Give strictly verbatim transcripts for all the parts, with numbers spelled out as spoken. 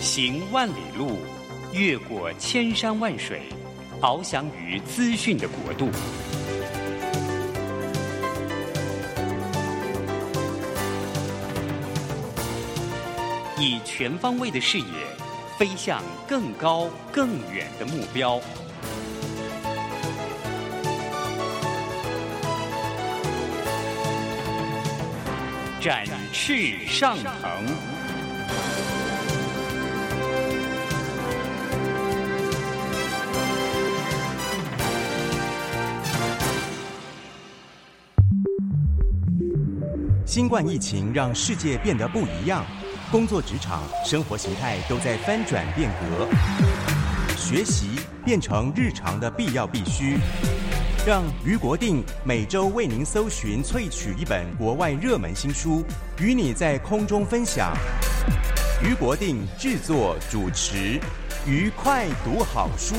行万里路，越过千山万水，翱翔于资讯的国度。以全方位的视野，飞向更高更远的目标。展翅上腾。 新冠疫情让世界变得不一样，工作职场、生活形态都在翻转变革，学习变成日常的必要必须。让余国定每周为您搜寻萃取一本国外热门新书，与你在空中分享。余国定制作主持，愉快读好书。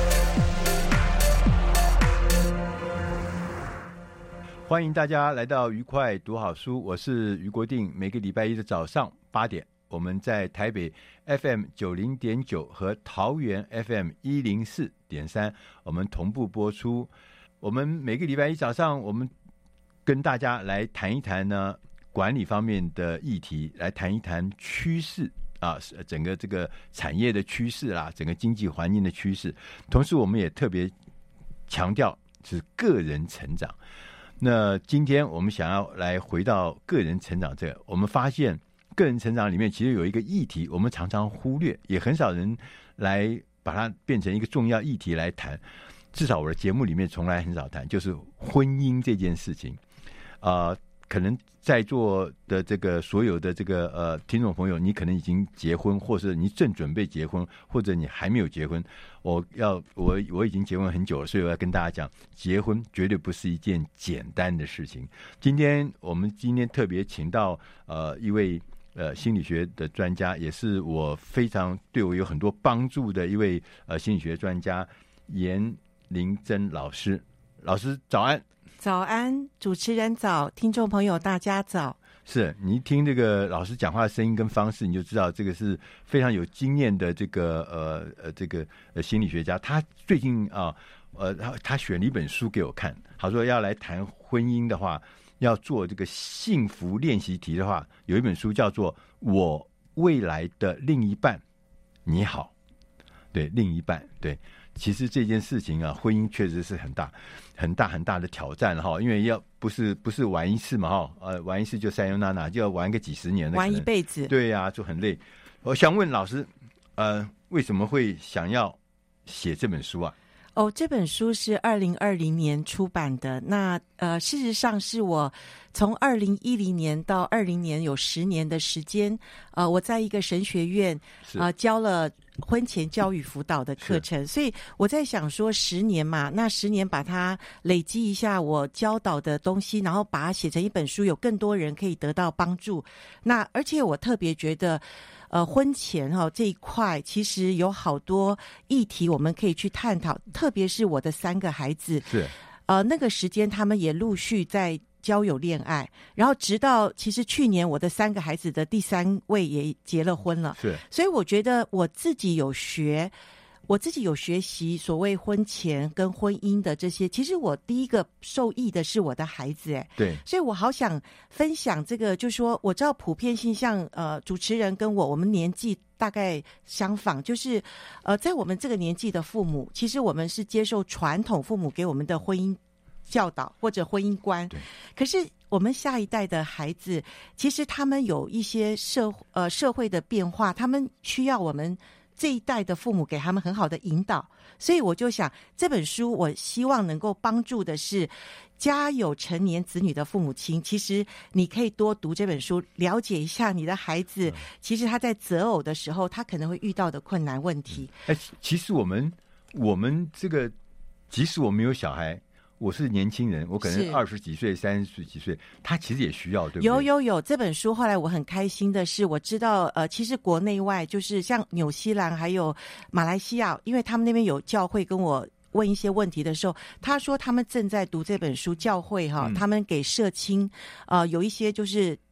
欢迎大家来到愉快读好书，我是余国定。每个礼拜一的早上八点，我们在台北 F M 九零点九和桃园 F M 一零四点三，我们同步播出。我们每个礼拜一早上，我们跟大家来谈一谈呢管理方面的议题，来谈一谈趋势啊，整个这个产业的趋势啦，整个经济环境的趋势。同时，我们也特别强调是个人成长。那今天我们想要来回到个人成长这个，我们发现个人成长里面其实有一个议题，我们常常忽略，也很少人来把它变成一个重要议题来谈。至少我的节目里面从来很少谈，就是婚姻这件事情。啊、呃，可能在座的这个所有的这个呃听众朋友，你可能已经结婚，或是你正准备结婚，或者你还没有结婚。我要我我已经结婚很久了，所以我要跟大家讲，结婚绝对不是一件简单的事情。今天我们今天特别请到呃一位呃心理学的专家，也是我非常对我有很多帮助的一位呃心理学专家严玲珍老师。老师早安。 早安，主持人早，听众朋友大家早。 是你一听这个老师讲话的声音跟方式，你就知道这个是非常有经验的这个呃呃这个呃心理学家。他最近啊呃他他选了一本书给我看，他说要来谈婚姻的话，要做这个幸福练习题的话，有一本书叫做《我未来的另一半你好》。对，另一半，对。其实这件事情啊，婚姻确实是很大、很大、很大的挑战哈，因为要不是不是玩一次嘛哈，呃，玩一次就三优娜娜，就要玩个几十年的， 玩一辈子， 对呀、啊，就很累。我想问老师，呃，为什么会想要写这本书啊？ 哦，这本书是二零二零年出版的。那呃，事实上是我从二零一零年到二零年有十年的时间，呃，我在一个神学院呃教了婚前教育辅导的课程，所以我在想说，十年嘛，那十年把它累积一下我教导的东西，然后把它写成一本书，有更多人可以得到帮助。那而且我特别觉得。呃，婚前哈、哦、这一块其实有好多议题我们可以去探讨，特别是我的三个孩子， 是呃那个时间他们也陆续在交友恋爱，然后直到其实去年我的三个孩子的第三位也结了婚了， 是， 所以我觉得我自己有学。我自己有学习所谓婚前跟婚姻的这些，其实我第一个受益的是我的孩子，哎， 对， 所以我好想分享这个，就是说我知道普遍性像呃主持人跟我，我们年纪大概相仿，就是呃在我们这个年纪的父母，其实我们是接受传统父母给我们的婚姻教导或者婚姻观，可是我们下一代的孩子，其实他们有一些社呃社会的变化，他们需要我们。这一代的父母给他们很好的引导，所以我就想这本书我希望能够帮助的是家有成年子女的父母亲，其实你可以多读这本书，了解一下你的孩子、嗯、其实他在择偶的时候他可能会遇到的困难问题。 哎、嗯，其实我们我们这个即使我没有小孩，我是年轻人，我可能二十几岁、三十几岁，他其实也需要，对不对？ 有有有，这本书后来我很开心的是，我知道呃，其实国内外就是像纽西兰还有马来西亚，因为他们那边有教会跟我问一些问题的时候，他说他们正在读这本书，教会哈、嗯，他们给社青呃有一些就是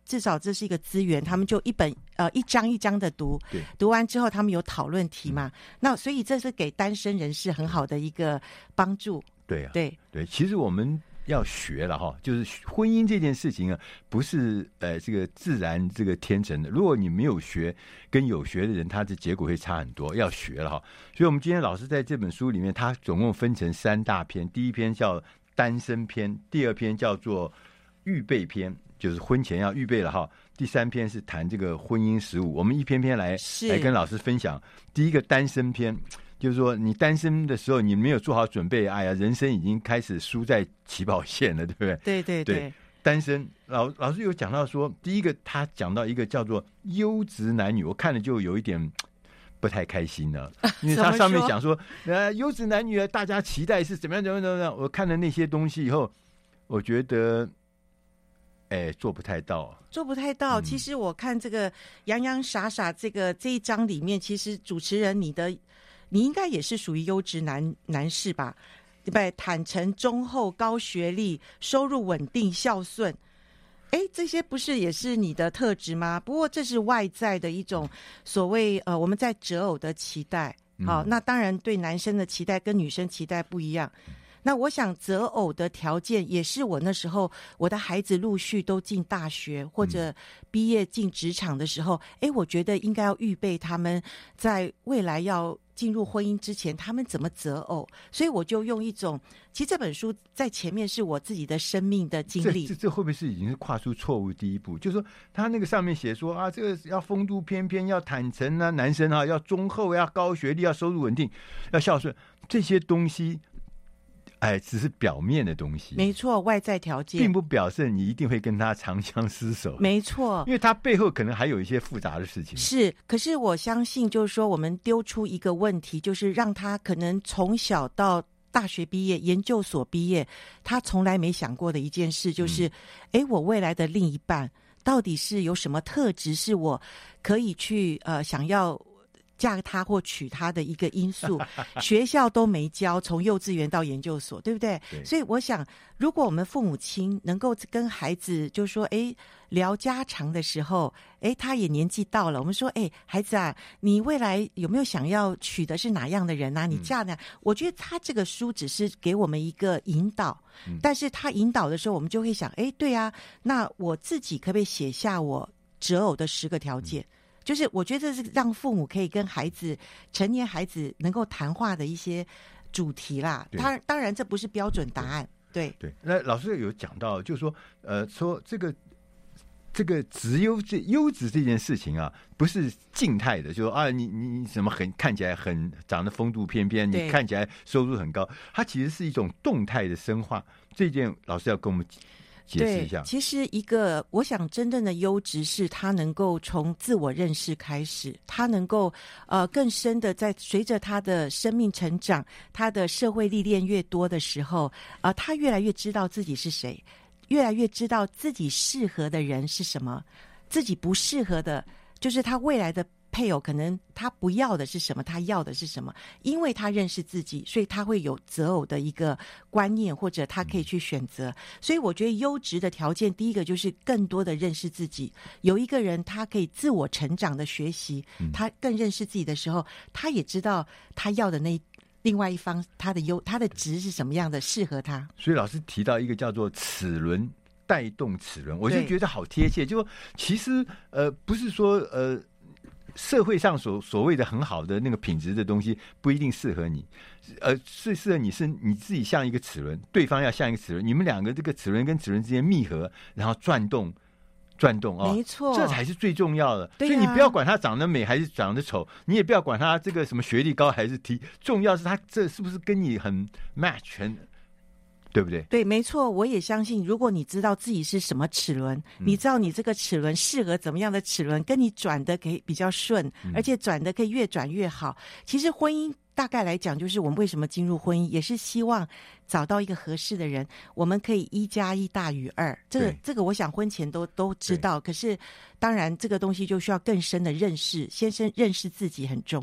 至少这是一个资源，他们就一本呃一章一章的读，读完之后他们有讨论题嘛、嗯，那所以这是给单身人士很好的一个帮助。 对啊， 对对，其实我们要学了哈，就是婚姻这件事情啊，不是呃这个自然这个天成的。如果你没有学，跟有学的人，他的结果会差很多。要学了哈，所以我们今天老师在这本书里面，他总共分成三大篇，第一篇叫单身篇，第二篇叫做预备篇，就是婚前要预备了哈。第三篇是谈这个婚姻实务，我们一篇篇来来跟老师分享。第一个单身篇。就是说，你单身的时候，你没有做好准备，哎呀，人生已经开始输在起跑线了，对不对？ 对对 对, 对，单身老老师有讲到说，第一个他讲到一个叫做优质男女，我看了就有一点不太开心了，因为他上面讲说，呃，优质男女大家期待是怎么样怎么样怎么样。我看了那些东西以后，我觉得，哎，做不太到。 做不太到。嗯、其实我看这个洋洋洒洒这个这一章里面，其实主持人你的。你应该也是属于优质男男士吧，对不对？坦诚、忠厚、高学历、收入稳定、孝顺，哎，这些不是也是你的特质吗？不过这是外在的一种所谓呃我们在择偶的期待。好、嗯，那当然对男生的期待跟女生期待不一样。那我想择偶的条件也是我那时候我的孩子陆续都进大学或者毕业进职场的时候，哎、嗯，我觉得应该要预备他们在未来要进入婚姻之前他们怎么择偶，所以我就用一种，其实这本书在前面是我自己的生命的经历。 这这这会不会是已经是跨出错误第一步？就是说他那个上面写说啊，这个要风度翩翩，要坦诚啊，男生啊要忠厚，要高学历，要收入稳定，要孝顺，这些东西哎，只是表面的东西， 没错，外在条件并不表示你一定会跟他长相厮守， 没错， 因为他背后可能还有一些复杂的事情。 是，可是我相信，就是说，我们丢出一个问题，就是让他可能从小到大学毕业、研究所毕业，他从来没想过的一件事，就是，哎、嗯，我未来的另一半到底是有什么特质，是我可以去呃想要嫁他或娶他的一个因素，学校都没教，从幼稚园到研究所，对不对？ 对。 所以我想，如果我们父母亲能够跟孩子就说，哎，聊家常的时候，哎，他也年纪到了，我们说，哎，孩子啊，你未来有没有想要娶的是哪样的人啊？你嫁呢？嗯、我觉得他这个书只是给我们一个引导，嗯、但是他引导的时候，我们就会想，哎，对啊，那我自己可不可以写下我择偶的十个条件？嗯，就是我觉得是让父母可以跟孩子成年孩子能够谈话的一些主题啦。当当然这不是标准答案。对 对, 对，那老师有讲到，就是说，呃，说这个这个质优这优质这件事情啊，不是静态的，就说啊，你你你怎么很看起来很长得风度翩翩，你看起来收入很高，它其实是一种动态的深化。这件老师要跟我们解释一下。 对，其实一个我想真正的优质是他能够从自我认识开始，他能够呃更深的在随着他的生命成长，他的社会历练越多的时候，啊、呃，他越来越知道自己是谁，越来越知道自己适合的人是什么，自己不适合的，就是他未来的配偶可能他不要的是什么，他要的是什么，因为他认识自己，所以他会有择偶的一个观念，或者他可以去选择。所以我觉得优质的条件，第一个就是更多的认识自己。有一个人他可以自我成长的学习，他更认识自己的时候，他也知道他要的那另外一方他的优他的值是什么样的，适合他。 所以老师提到一个叫做齿轮带动齿轮，我就觉得好贴切。就说其实呃不是说呃社会上所所谓的很好的那个品质的东西不一定适合你，呃，最适合你是你自己像一个齿轮，对方要像一个齿轮，你们两个这个齿轮跟齿轮之间密合，然后转动转动哦， 没错， 这才是最重要的。 对啊， 所以你不要管他长得美还是长得丑，你也不要管他这个什么学历高还是低，重要是他这是不是跟你很 match 很。对不对？ 对，没错，我也相信，如果你知道自己是什么齿轮，嗯、你知道你这个齿轮适合怎么样的齿轮，跟你转的可以比较顺，嗯、而且转的可以越转越好。其实婚姻大概来讲，就是我们为什么进入婚姻，也是希望找到一个合适的人，我们可以一加一大于二。这个这个，我想婚前都都知道。可是，当然这个东西就需要更深的认识，先生认识自己很重要。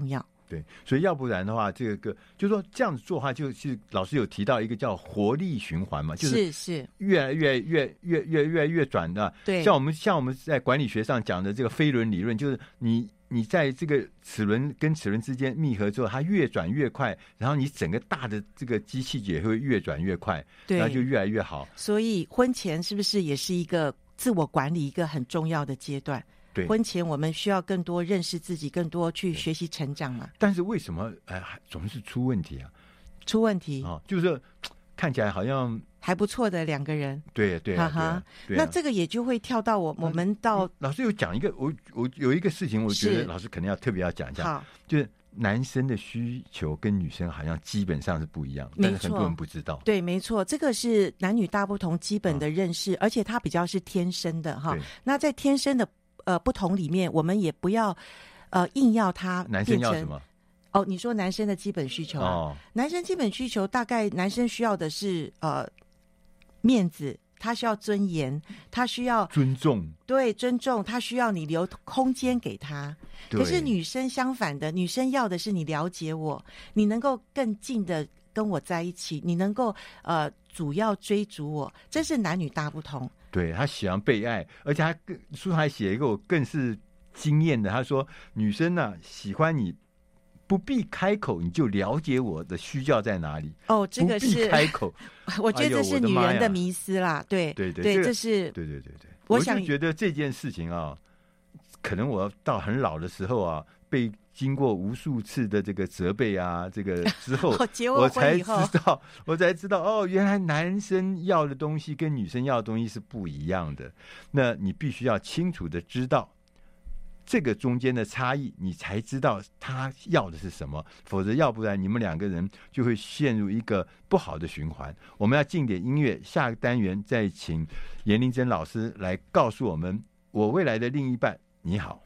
对，所以要不然的话，这个就是说这样子做的话，就是老师有提到一个叫活力循环嘛，就是是越来越越越越越越转的。 对， 像我们像我们在管理学上讲的这个飞轮理论，就是你你在这个齿轮跟齿轮之间密合之后，它越转越快，然后你整个大的这个机器也会越转越快， 对， 然后就越来越好。 所以婚前是不是也是一个自我管理一个很重要的阶段？ 对， 婚前我们需要更多认识自己，更多去学习成长嘛。 但是为什么哎总是出问题啊？ 出问题啊、哦，就是看起来好像还不错的两个人， 对对啊， 哈哈。 对啊， 那这个也就会跳到我、嗯、我们到老师有讲一个，我我有一个事情，我觉得老师肯定要特别要讲一下， 好， 就是男生的需求跟女生好像基本上是不一样，但是很多人不知道。 对，没错，这个是男女大不同基本的认识，嗯、而且它比较是天生的哈。那在天生的呃不同里面，我们也不要呃硬要它变成。 男生要什么？ 哦，你说男生的基本需求啊？哦、男生基本需求大概男生需要的是呃面子，他需要尊严，他需要尊重， 对，尊重，他需要你留空间给他。可是女生相反的，女生要的是你了解我，你能够更近的跟我在一起，你能够呃主要追逐我，这是男女大不同。 对，他喜欢被爱，而且他更书上还写一个我更是惊艳的，他说女生呢、啊、喜欢你。不必开口，你就了解我的需要在哪里。 哦，这个是不必开口， 我觉得这是女人的迷思啦。对对对， 对， 这, 这是对对对对。 我想我就觉得这件事情啊，可能我要到很老的时候啊，被经过无数次的这个责备啊，这个之后，我才知道，我才知道哦，原来男生要的东西跟女生要的东西是不一样的。那你必须要清楚的知道。这个中间的差异，你才知道他要的是什么，否则要不然你们两个人就会陷入一个不好的循环。我们要进点音乐，下个单元再请严玲珍老师来告诉我们，我未来的另一半你好。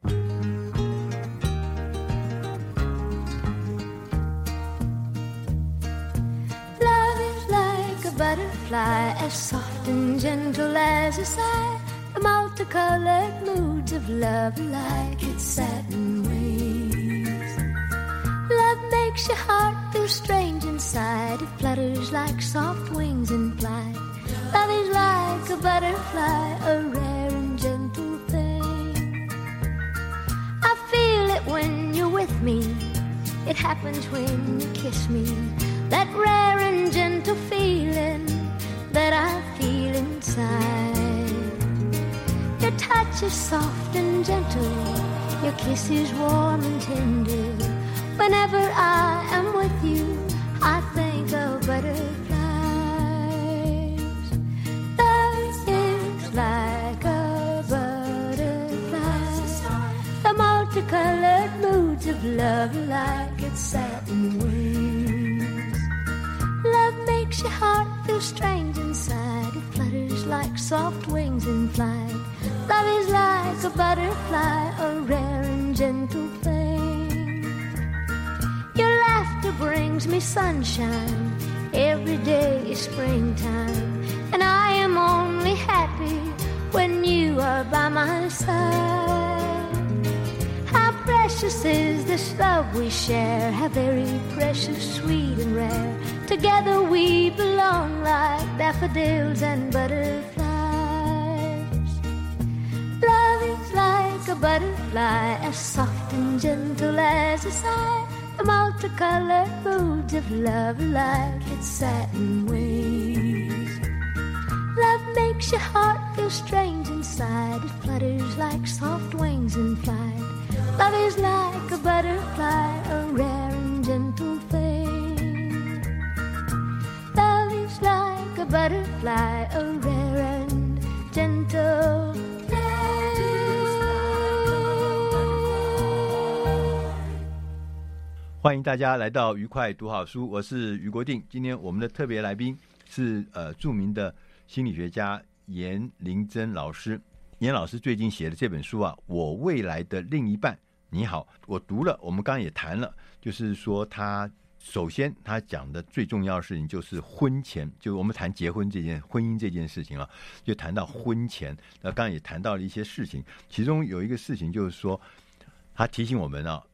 Love is like a butterfly, as soft and gentle as a sigh.The multicolored moods of love like its satin wings. Love makes your heart feel strange inside. It flutters like soft wings in flight. Love is like a butterfly, a rare and gentle thing. I feel it when you're with me. It happens when you kiss me. That rare and gentle feeling that I feel inside.Your touch is soft and gentle. Your kiss is warm and tender. Whenever I am with you, I think of butterflies. Love is like a butterfly. The multicolored moods of love like its satin wings. Love makes your heart feel strange inside. It flutters like soft wings in flight.Love is like a butterfly, a rare and gentle thing. Your laughter brings me sunshine. Every day is springtime. And I am only happy when you are by my side. How precious is this love we share. How very precious, sweet and rare. Together we belong like daffodils and butterflies.Love is like a butterfly, as soft and gentle as a sigh. The multicolored moods of love like its satin wings. Love makes your heart feel strange inside. It flutters like soft wings in flight. Love is like a butterfly, a rare and gentle thing. Love is like a butterfly, a rare and gentle thing. 欢迎大家来到愉快读好书，我是余国定。今天我们的特别来宾是呃著名的心理学家严玲珍老师。严老师最近写的这本书啊，我未来的另一半你好，我读了，我们刚刚也谈了，就是说他首先他讲的最重要的事情就是婚前，就我们谈结婚这件婚姻这件事情啊，就谈到婚前，那刚刚也谈到了一些事情，其中有一个事情就是说他提醒我们啊，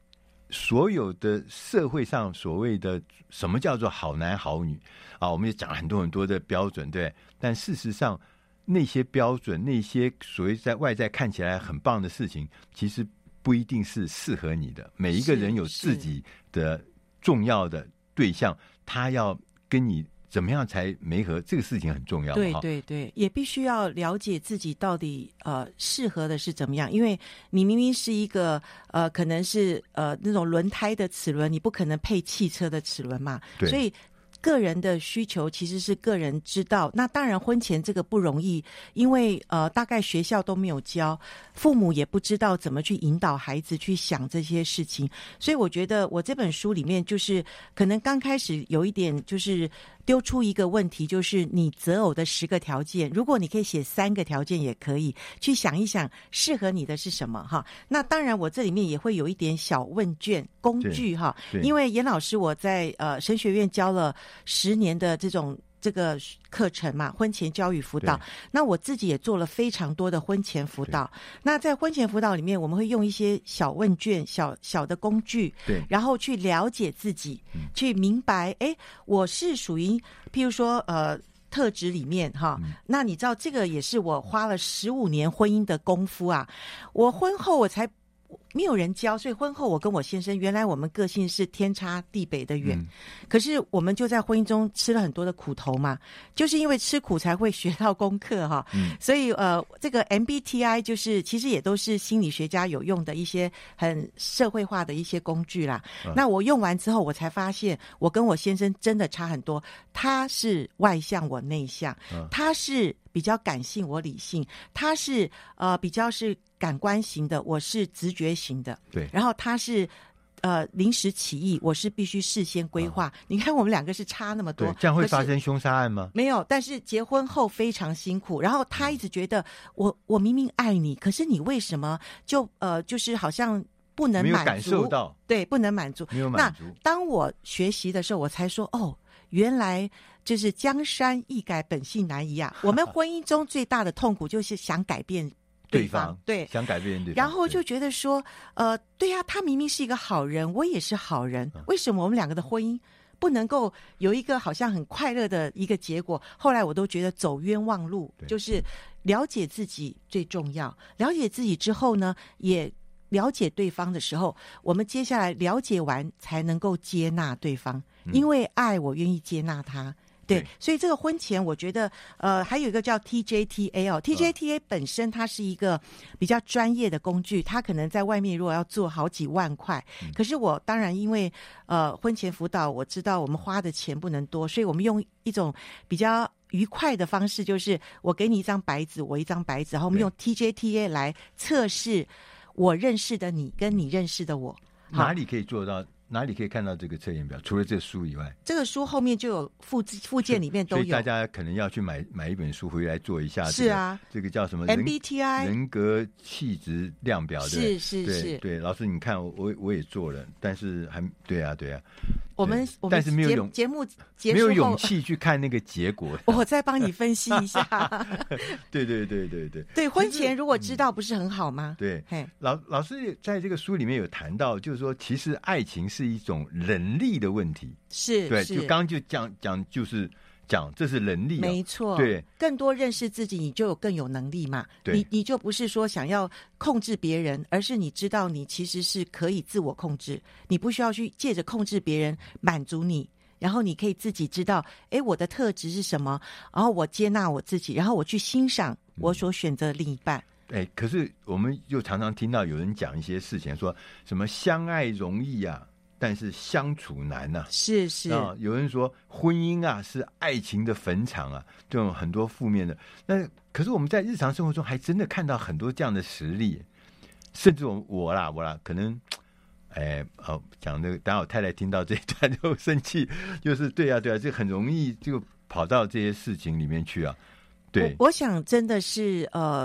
所有的社会上所谓的什么叫做好男好女啊，我们也讲很多很多的标准，对，但事实上那些标准，那些所谓在外在看起来很棒的事情，其实不一定是适合你的。每一个人有自己的重要的对象，他要跟你怎么样才媒合，这个事情很重要。 对对对，也必须要了解自己到底呃适合的是怎么样，因为你明明是一个呃可能是呃那种轮胎的齿轮，你不可能配汽车的齿轮嘛，所以个人的需求其实是个人知道。那当然婚前这个不容易，因为呃大概学校都没有教，父母也不知道怎么去引导孩子去想这些事情。所以我觉得我这本书里面就是可能刚开始有一点就是丢出一个问题，就是你择偶的十个条件，如果你可以写三个条件也可以，去想一想适合你的是什么哈。那当然我这里面也会有一点小问卷工具哈，因为严老师我在呃神学院教了十年的这种这个课程嘛，婚前教育辅导，那我自己也做了非常多的婚前辅导。那在婚前辅导里面，我们会用一些小问卷、小小的工具，对，然后去了解自己，嗯、去明白，哎，我是属于，譬如说，呃。特质里面哈，嗯、那你知道这个也是我花了十五年婚姻的功夫啊。我婚后我才没有人教，所以婚后我跟我先生原来我们个性是天差地北的远，嗯、可是我们就在婚姻中吃了很多的苦头嘛，就是因为吃苦才会学到功课哈。嗯、所以呃，这个 M B T I 就是其实也都是心理学家有用的一些很社会化的一些工具啦。嗯、那我用完之后，我才发现我跟我先生真的差很多，他是外向，我内向，嗯、他是比较感性，我理性，他是呃比较是感官型的，我是直觉型的，对，然后他是呃临时起意，我是必须事先规划。啊、你看我们两个是差那么多， 这样会发生凶杀案吗？ 没有，但是结婚后非常辛苦。然后他一直觉得我我明明爱你，可是你为什么就呃就是好像不能满足， 没有感受到， 对，不能满足， 没有满足。 那当我学习的时候，我才说哦，原来就是江山易改，本性难移啊。我们婚姻中最大的痛苦就是想改变对方， 对方对， 想改变对方， 然后就觉得说，呃，对呀、啊，他明明是一个好人，我也是好人，为什么我们两个的婚姻不能够有一个好像很快乐的一个结果？后来我都觉得走冤枉路，就是了解自己最重要。了解自己之后呢，也了解对方的时候，我们接下来了解完才能够接纳对方，因为爱，我愿意接纳他。对，所以这个婚前我觉得呃还有一个叫 T J T A 哦 ，T J T A 本身它是一个比较专业的工具，它可能在外面如果要做好几万块，嗯、可是我当然因为呃婚前辅导我知道我们花的钱不能多，所以我们用一种比较愉快的方式，就是我给你一张白纸，我一张白纸，然后我们用 T J T A 来测试我认识的你跟你认识的我， 哪里可以做到？哪里可以看到这个测验表？除了这个书以外， 这个书后面就有附附件，里面都有， 所以大家可能要去买买一本书回来做一下、這個。 是啊， 这个叫什么 M B T I 人格气质量表， 是是是， 对对。老师，你看我我也做了，但是还对啊对啊。 我们我们但是没有勇节目结束没有勇气去看那个结果， 我再帮你分析一下。 对对对对对对，婚前如果知道不是很好吗？ 对，老老师在这个书里面有谈到，就是说其实爱情是一种能力的问题， 是， 对，就刚刚就讲讲就是讲这是能力、哦， 没错， 对， 更多认识自己，你就有更有能力嘛。你你就不是说想要控制别人，而是你知道你其实是可以自我控制，你不需要去借着控制别人满足你，然后你可以自己知道，哎，我的特质是什么，然后我接纳我自己，然后我去欣赏我所选择的另一半。 哎、嗯，可是我们又常常听到有人讲一些事情，说什么相爱容易啊，但是相处难啊， 是是啊，有人说婚姻啊是爱情的坟场啊，这种很多负面的。那可是我们在日常生活中还真的看到很多这样的实例，甚至我我啦我啦，可能，哎，哦，讲那个，等下我太太听到这一段就生气，就是对啊对啊，这很容易就跑到这些事情里面去啊。对， 我, 我想真的是呃。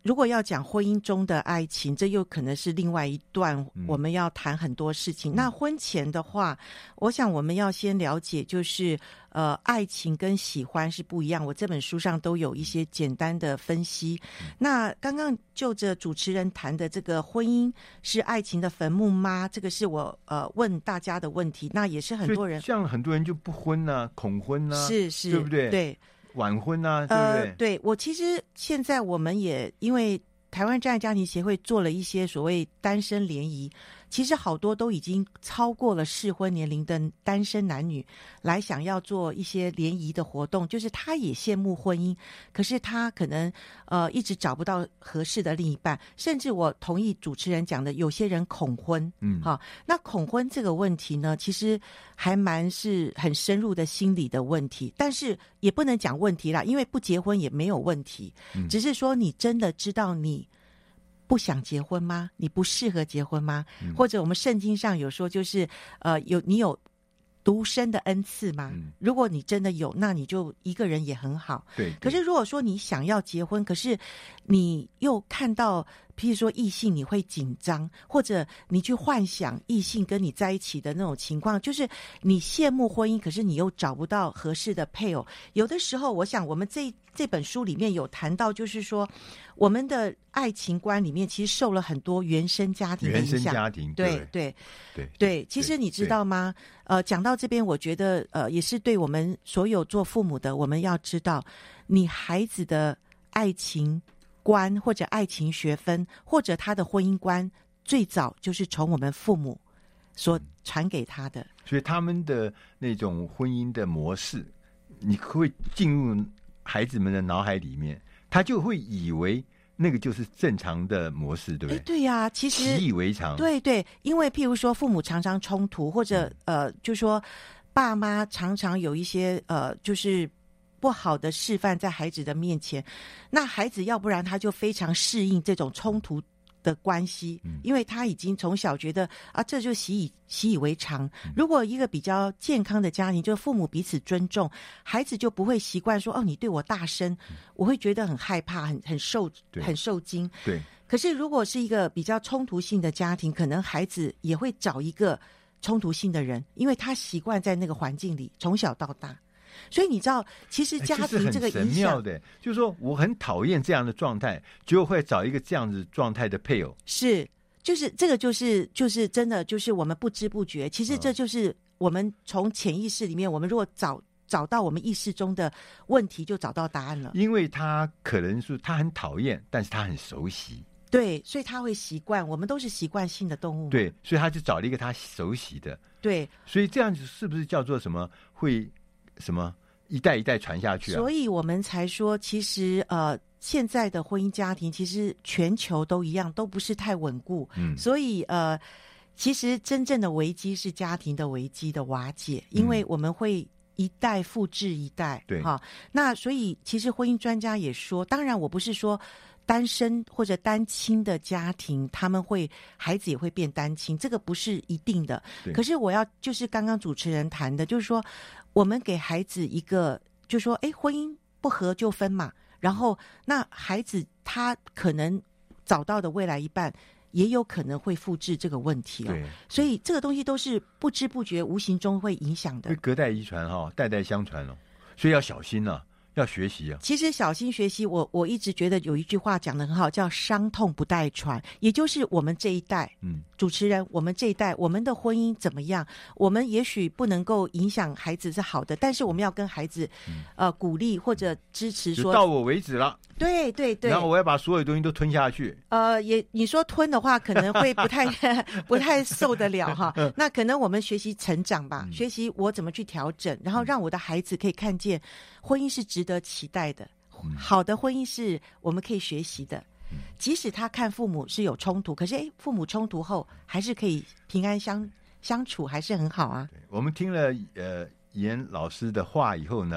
如果要讲婚姻中的爱情，这又可能是另外一段我们要谈很多事情。嗯、那婚前的话，我想我们要先了解，就是呃，爱情跟喜欢是不一样。我这本书上都有一些简单的分析。嗯、那刚刚就着主持人谈的这个婚姻是爱情的坟墓吗？这个是我呃问大家的问题。那也是很多人像很多人就不婚啊，恐婚啊， 是是， 对不对？ 对。 晚婚啊，对不对？ 呃，对，我其实现在我们也因为台湾真爱家庭协会做了一些所谓单身联谊，其实好多都已经超过了适婚年龄的单身男女来想要做一些联谊的活动，就是他也羡慕婚姻，可是他可能呃一直找不到合适的另一半，甚至我同意主持人讲的，有些人恐婚，嗯，好，那恐婚这个问题呢，其实还蛮是很深入的心理的问题，但是也不能讲问题啦，因为不结婚也没有问题，嗯、只是说你真的知道你不想结婚吗？你不适合结婚吗？嗯、或者我们圣经上有说，就是呃，有你有独生的恩赐吗？嗯、如果你真的有，那你就一个人也很好。 对。 可是如果说你想要结婚，可是你又看到，譬如说异性你会紧张，或者你去幻想异性跟你在一起的那种情况，就是你羡慕婚姻，可是你又找不到合适的配偶。有的时候，我想我们这这本书里面有谈到，就是说我们的爱情观里面其实受了很多原生家庭的影响。 原生家庭， 对对对 对, 对。其实你知道吗？呃，讲到这边，我觉得呃，也是对我们所有做父母的，我们要知道，你孩子的爱情观或者爱情学分或者他的婚姻观，最早就是从我们父母所传给他的。 所以他们的那种婚姻的模式，你会进入孩子们的脑海里面，他就会以为那个就是正常的模式，对不对？ 对呀、啊，其实习以为常。 对对，因为譬如说父母常常冲突，或者、嗯、呃，就说爸妈常常有一些呃，就是不好的示范在孩子的面前，那孩子要不然他就非常适应这种冲突的关系，因为他已经从小觉得啊，这就习以习以为常。如果一个比较健康的家庭，就父母彼此尊重，孩子就不会习惯说哦，你对我大声，我会觉得很害怕，很很受很受惊。 对。 可是如果是一个比较冲突性的家庭，可能孩子也会找一个冲突性的人，因为他习惯在那个环境里从小到大。所以你知道，其实家庭这个影响， 很神妙的，就是说我很讨厌这样的状态，结果会找一个这样子状态的配偶。 是，就是这个，就是就是真的，就是我们不知不觉，其实这就是我们从潜意识里面，我们如果找找到我们意识中的问题，就找到答案了。 因为他可能是他很讨厌，但是他很熟悉。 对，所以他会习惯。我们都是习惯性的动物。 对，所以他就找了一个他熟悉的。 对， 所以这样子是不是叫做什么会？什么一代一代传下去啊？ 所以我们才说，其实呃，现在的婚姻家庭其实全球都一样，都不是太稳固。嗯，所以呃，其实真正的危机是家庭的危机的瓦解，因为我们会一代复制一代。 对、 嗯，哈。那所以其实婚姻专家也说，当然我不是说单身或者单亲的家庭，他们会孩子也会变单亲，这个不是一定的。可是我要就是刚刚主持人谈的，就是说我们给孩子一个，就说哎，婚姻不合就分嘛，然后那孩子他可能找到的未来一半，也有可能会复制这个问题哦。 对， 所以这个东西都是不知不觉、无形中会影响的， 会隔代遗传哈、哦，代代相传哦，所以要小心啊。要学习啊！ 其实小心学习，我我一直觉得有一句话讲得很好，叫伤痛不代传，也就是我们这一代，嗯，主持人，我们这一代，我们的婚姻怎么样？我们也许不能够影响孩子是好的，但是我们要跟孩子，嗯、呃，鼓励或者支持说， 到我为止了。 对对对， 然后我要把所有东西都吞下去。 呃，也你说吞的话，可能会不太不太受得了哈。那可能我们学习成长吧，嗯、学习我怎么去调整，然后让我的孩子可以看见，婚姻是值得期待的，嗯、好的婚姻是我们可以学习的。嗯、即使他看父母是有冲突，可是哎，父母冲突后还是可以平安相相处，还是很好啊。 我们听了呃严老师的话以后呢，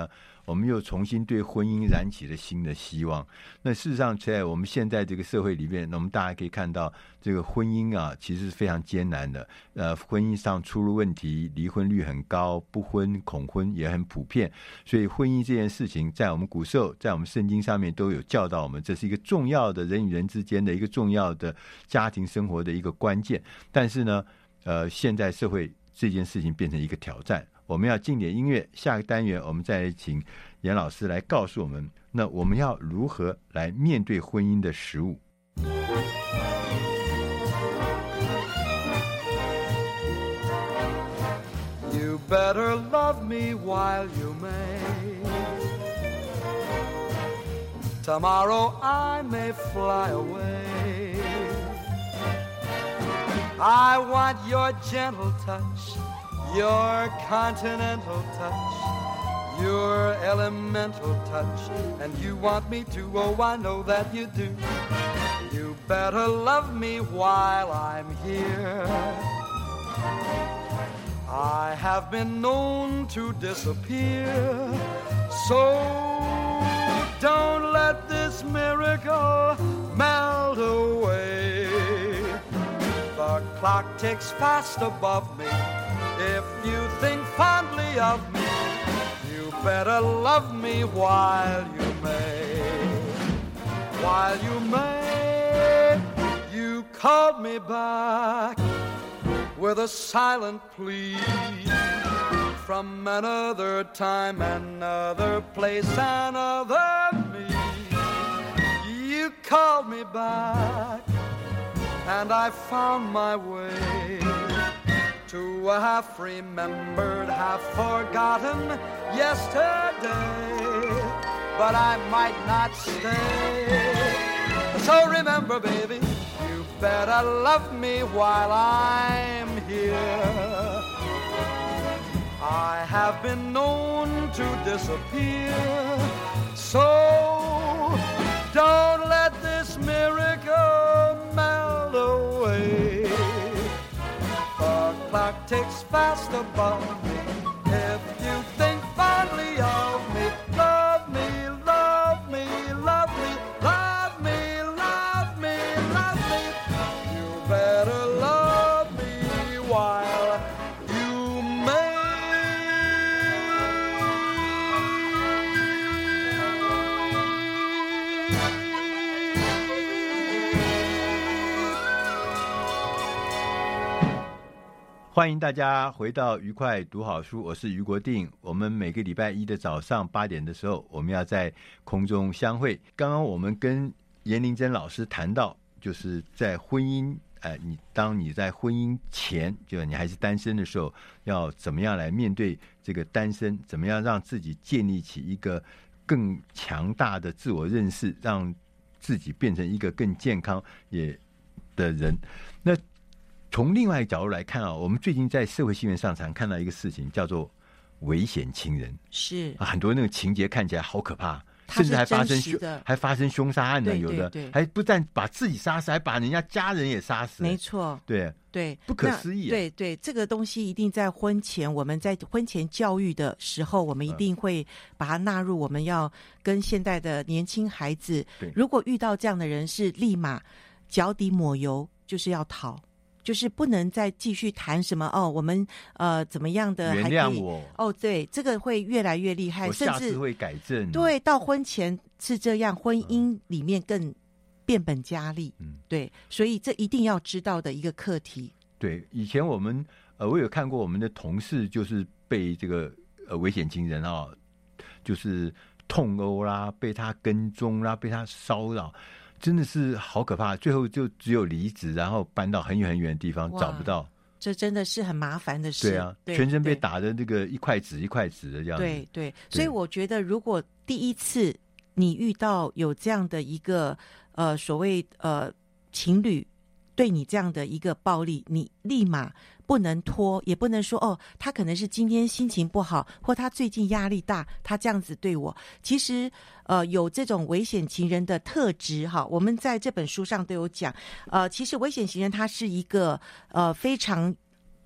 我们又重新对婚姻燃起了新的希望。那事实上在我们现在这个社会里面，那我们大家可以看到这个婚姻啊其实是非常艰难的，呃，婚姻上出入问题，离婚率很高，不婚恐婚也很普遍，所以婚姻这件事情在我们古时候在我们圣经上面都有教导我们，这是一个重要的人与人之间的一个重要的家庭生活的一个关键。但是呢呃，现在社会这件事情变成一个挑战。我们要进点音乐，下个单元我们再来请严老师来告诉我们，那我们要如何来面对婚姻的实务。 You better love me while you may. Tomorrow I may fly away. I want your gentle touch, your continental touch, your elemental touch, and you want me to, oh I know that you do. You better love me while I'm here. I have been known to disappear, so don't let this miracle melt away. The clock ticks fast above me. If you think fondly of me, you better love me while you may. While you may, you called me back with a silent plea from another time, another place, another me. You called me back, and I found my way to a half-remembered, half-forgotten yesterday. But I might not stay. So remember, baby, you better love me while I'm here. I have been known to disappear, so don't let this miracle melt away. The clock ticks fast above me. If you think fondly of me, love me, love me, love me, love me, love me, love me. You better love me while you may. 欢迎大家回到愉快读好书，我是余国定。我们每个礼拜一的早上八点的时候，我们要在空中相会。刚刚我们跟严玲珍老师谈到，就是在婚姻，呃，你当你在婚姻前，就你还是单身的时候，要怎么样来面对这个单身？怎么样让自己建立起一个更强大的自我认识，让自己变成一个更健康也的人？那从另外一个角度来看啊，我们最近在社会新闻上常看到一个事情，叫做危险情人。 是、 啊、很多那个情节看起来好可怕，甚至还发生凶还发生凶杀案呢， 对有的对对还不但把自己杀死，还把人家家人也杀死。 没错， 对对， 不可思议、啊。 对对，这个东西一定在婚前，我们在婚前教育的时候，我们一定会把它纳入。我们要跟现在的年轻孩子，如果遇到这样的人，是立马脚底抹油，就是要逃。就是不能再继续谈什么哦，我们呃怎么样的原谅我哦，对，这个会越来越厉害， 我下次会改正。 对，到婚前是这样，婚姻里面更变本加厉。嗯，对，所以这一定要知道的一个课题。 对，以前我们呃，我有看过我们的同事就是被这个呃危险情人啊、哦，就是痛殴啦，被他跟踪啦，被他骚扰。真的是好可怕，最后就只有离职，然后搬到很远很远的地方，找不到。 这真的是很麻烦的事。 对啊，对，全身被打的那个一块纸一块纸的这样子。 对 对, 对，所以我觉得，如果第一次你遇到有这样的一个呃所谓呃情侣对你这样的一个暴力，你立马不能拖，也不能说哦，他可能是今天心情不好，或他最近压力大，他这样子对我。其实呃有这种危险情人的特质哈，我们在这本书上都有讲。呃，其实危险情人他是一个呃非常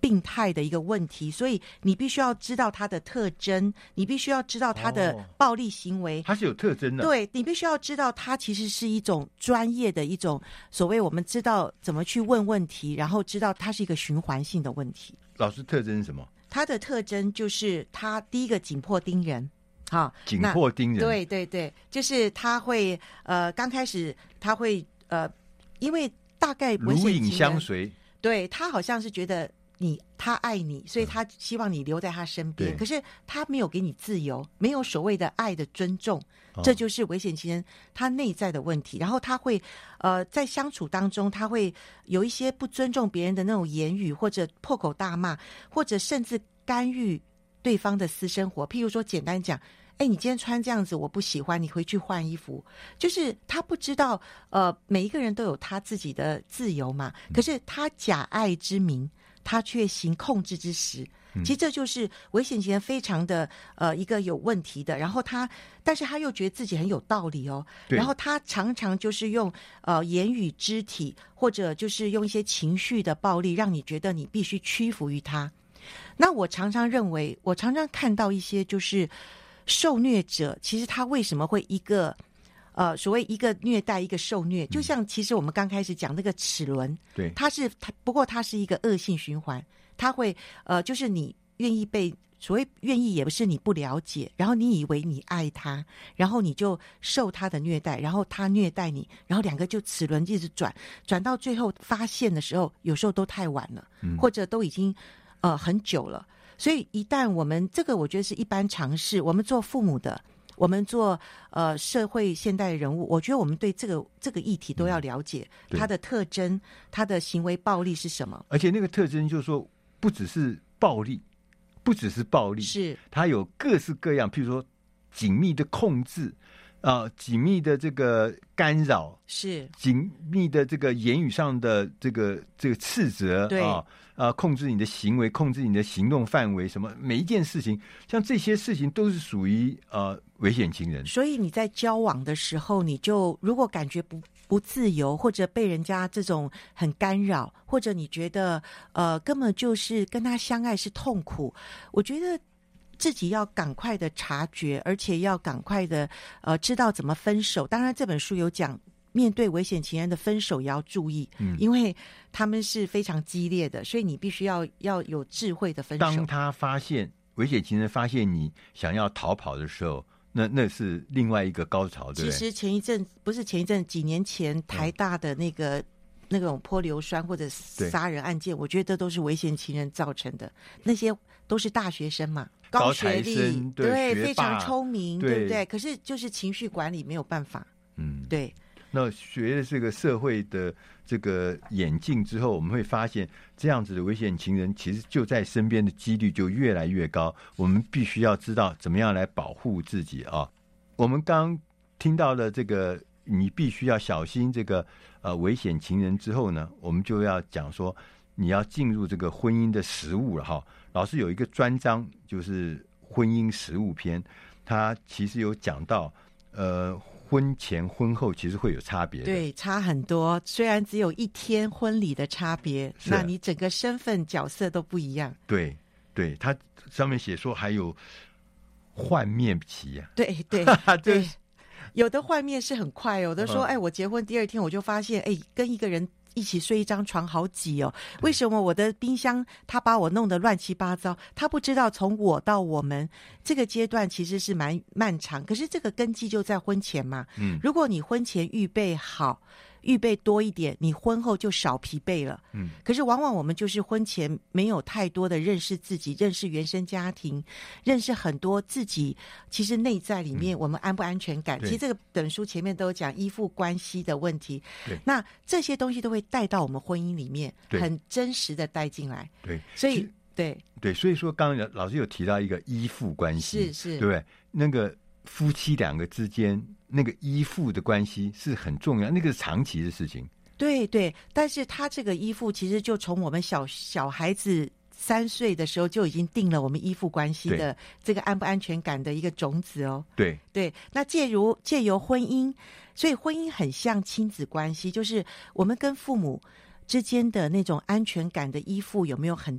病态的一个问题，所以你必须要知道它的特征，你必须要知道它的暴力行为， 它是有特征的。 对，你必须要知道它其实是一种专业的一种所谓我们知道怎么去问问题，然后知道它是一个循环性的问题。 老师，特征是什么？ 它的特征就是它第一个紧迫盯人。好， 紧迫盯人。 对对对，就是他会呃，刚开始他会呃，因为大概如影相随， 对，他好像是觉得你他爱你，所以他希望你留在他身边，嗯、可是他没有给你自由，没有所谓的爱的尊重，哦、这就是危险情人他内在的问题。然后他会呃，在相处当中，他会有一些不尊重别人的那种言语，或者破口大骂，或者甚至干预对方的私生活。譬如说，简单讲。哎，你今天穿这样子我不喜欢，你回去换衣服。就是他不知道，呃，每一个人都有他自己的自由嘛。可是他假爱之名，他却行控制之实。其实这就是危险情人非常的呃一个有问题的。然后他，但是他又觉得自己很有道理哦。然后他常常就是用呃言语、肢体，或者就是用一些情绪的暴力，让你觉得你必须屈服于他。那我常常认为，我常常看到一些就是。受虐者其实他为什么会一个呃所谓一个虐待一个受虐，就像其实我们刚开始讲那个齿轮， 对， 它是它不过它是一个恶性循环，它会呃就是你愿意被所谓愿意也不是你不了解，然后你以为你爱他，然后你就受他的虐待，然后他虐待你，然后两个就齿轮一直转转到最后发现的时候，有时候都太晚了，嗯、或者都已经呃很久了。所以一旦我们这个我觉得是一般常识，我们做父母的，我们做呃社会现代人物，我觉得我们对这个这个议题都要了解、嗯、它的特征，它的行为暴力是什么。 而且那个特征就是说不只是暴力，不只是暴力， 是它有各式各样，譬如说紧密的控制啊、呃，紧密的这个干扰， 是紧密的这个言语上的这个这个斥责， 对啊。呃，控制你的行为，控制你的行动范围，什么每一件事情，像这些事情都是属于呃危险情人。 所以你在交往的时候，你就如果感觉不不自由，或者被人家这种很干扰，或者你觉得呃根本就是跟他相爱是痛苦，我觉得自己要赶快的察觉，而且要赶快的呃知道怎么分手。当然这本书有讲。面对危险情人的分手也要注意、嗯、因为他们是非常激烈的，所以你必须要要有智慧的分手。 当他发现危险情人发现你想要逃跑的时候，那那是另外一个高潮，对不对？ 其实前一阵不是前一阵几年前台大的那个、嗯、那种泼硫酸或者杀人案件，我觉得都是危险情人造成的。那些都是大学生嘛，高学历， 对， 对非常聪明， 对, 对不对？可是就是情绪管理没有办法，嗯，对。 那学了这个社会的这个演进之后，我们会发现这样子的危险情人其实就在身边的几率就越来越高。我们必须要知道怎么样来保护自己啊！我们刚听到了这个，你必须要小心这个呃危险情人之后呢，我们就要讲说你要进入这个婚姻的实务了哈。老师有一个专章就是婚姻实务篇，他其实有讲到呃。婚前婚后其实会有差别的， 对，差很多。虽然只有一天婚礼的差别，那你整个身份角色都不一样。 对，对，它上面写说还有换面期啊， 对对对，有的换面是很快，有的说，哎，我结婚第二天我就发现，哎，跟一个人一起睡一张床好挤哦，为什么我的冰箱他把我弄得乱七八糟？他不知道从我到我们这个阶段其实是蛮漫长，可是这个根基就在婚前嘛。嗯，如果你婚前预备好，预备多一点，你婚后就少疲惫了。嗯，可是往往我们就是婚前没有太多的认识自己，认识原生家庭，认识很多自己其实内在里面我们安不安全感、嗯、其实这个本书前面都有讲依附关系的问题，对，那这些东西都会带到我们婚姻里面，很真实的带进来。 对， 所以对对，所以说刚刚老师有提到一个依附关系， 是是， 对不对？那个夫妻两个之间那个依附的关系是很重要，那个是长期的事情。 对对，但是他这个依附其实就从我们小小孩子三岁的时候就已经定了我们依附关系的这个安不安全感的一个种子哦。 对对，那借由借由婚姻，所以婚姻很像亲子关系，就是我们跟父母之间的那种安全感的依附有没有很